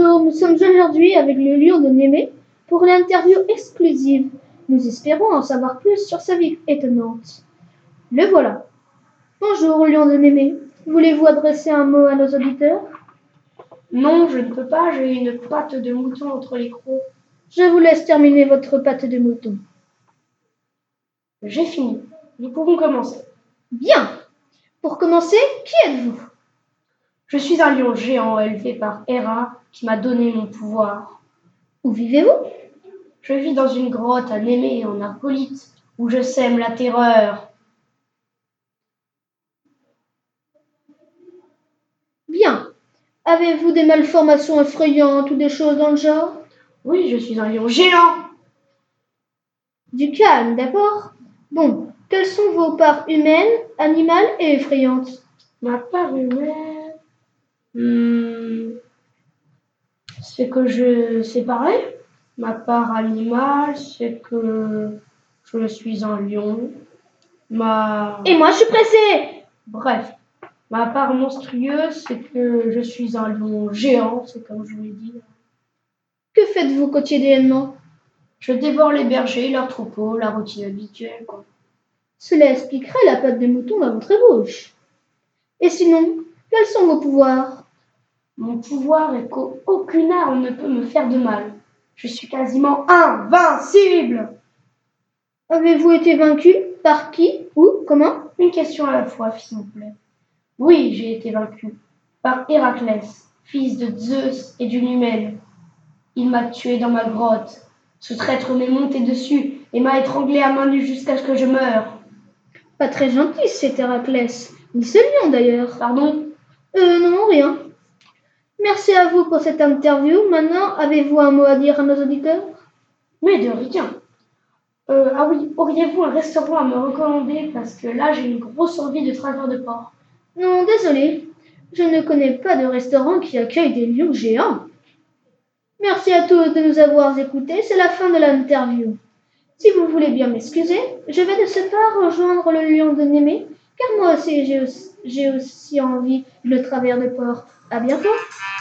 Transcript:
Bonjour, nous sommes aujourd'hui avec le lion de Némée pour l'interview exclusive. Nous espérons en savoir plus sur sa vie étonnante. Le voilà. Bonjour, lion de Némée. Voulez-vous adresser un mot à nos auditeurs? Non, je ne peux pas, j'ai une patte de mouton entre les crocs. Je vous laisse terminer votre pâte de mouton. J'ai fini. Nous pouvons commencer. Bien. Pour commencer, qui êtes-vous? Je suis un lion géant élevé par Héra qui m'a donné mon pouvoir. Où vivez-vous? Je vis dans une grotte à Némée en Argolite où je sème la terreur. Bien. Avez-vous des malformations effrayantes ou des choses dans le genre? Oui, je suis un lion géant. Du calme, d'accord? Bon, quelles sont vos parts humaines, animales et effrayantes? Ma part humaine, c'est que c'est pareil. Ma part animale, c'est que je suis un lion. Et moi, je suis pressée! Bref, ma part monstrueuse, c'est que je suis un lion géant, c'est comme je vous l'ai dit. Que faites-vous quotidiennement? Je dévore les bergers, leurs troupeaux, la routine habituelle, quoi. Cela expliquerait la patte de mouton dans votre bouche. Et sinon, quels sont vos pouvoirs? Mon pouvoir est qu'aucune arme ne peut me faire de mal. Je suis quasiment invincible. Avez-vous été vaincu? Par qui? Où? Comment? Une question à la fois, s'il vous plaît. Oui, j'ai été vaincu par Héraclès, fils de Zeus et d'une humaine. Il m'a tué dans ma grotte. Ce traître m'est monté dessus et m'a étranglé à main nue jusqu'à ce que je meure. Pas très gentil, cet Héraclès. Ni ce lion, d'ailleurs. Pardon? Non, rien. Merci à vous pour cette interview. Maintenant, avez-vous un mot à dire à nos auditeurs? Mais de rien. Ah oui, auriez-vous un restaurant à me recommander parce que là j'ai une grosse envie de travers de porc. Non, désolé. Je ne connais pas de restaurant qui accueille des lions géants. Merci à tous de nous avoir écoutés. C'est la fin de l'interview. Si vous voulez bien m'excuser, je vais de ce pas rejoindre le lion de Némée, car moi aussi j'ai aussi envie de travers de porc. À bientôt!